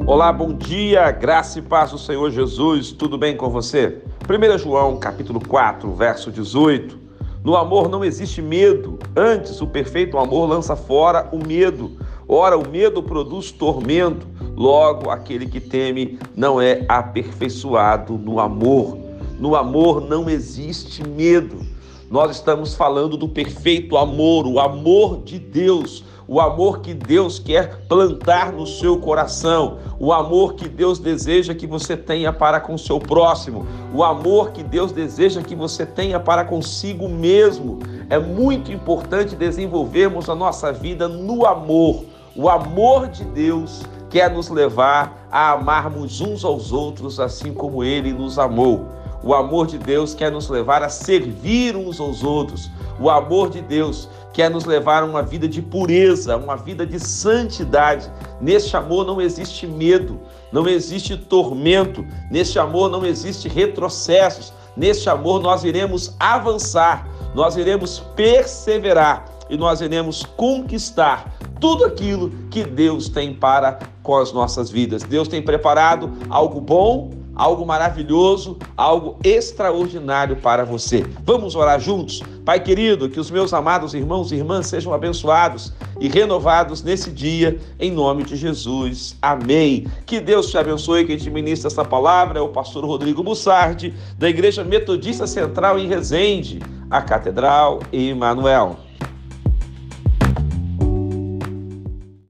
Olá, bom dia, graça e paz do Senhor Jesus, tudo bem com você? 1 João, capítulo 4, verso 18. No amor não existe medo, antes o perfeito amor lança fora o medo. Ora, o medo produz tormento, logo aquele que teme não é aperfeiçoado no amor. No amor não existe medo. Nós estamos falando do perfeito amor, o amor de Deus, o amor que Deus quer plantar no seu coração, o amor que Deus deseja que você tenha para com o seu próximo, o amor que Deus deseja que você tenha para consigo mesmo. É muito importante desenvolvermos a nossa vida no amor. O amor de Deus quer nos levar a amarmos uns aos outros assim como Ele nos amou. O amor de Deus quer nos levar a servir uns aos outros. O amor de Deus quer nos levar a uma vida de pureza, uma vida de santidade. Neste amor não existe medo, não existe tormento. Neste amor não existe retrocessos. Neste amor nós iremos avançar, nós iremos perseverar e nós iremos conquistar tudo aquilo que Deus tem para com as nossas vidas. Deus tem preparado algo bom, algo maravilhoso, algo extraordinário para você. Vamos orar juntos? Pai querido, que os meus amados irmãos e irmãs sejam abençoados e renovados nesse dia, em nome de Jesus. Amém. Que Deus te abençoe. Quem te ministra essa palavra é o pastor Rodrigo Bussardi, da Igreja Metodista Central em Resende, a Catedral Emanuel.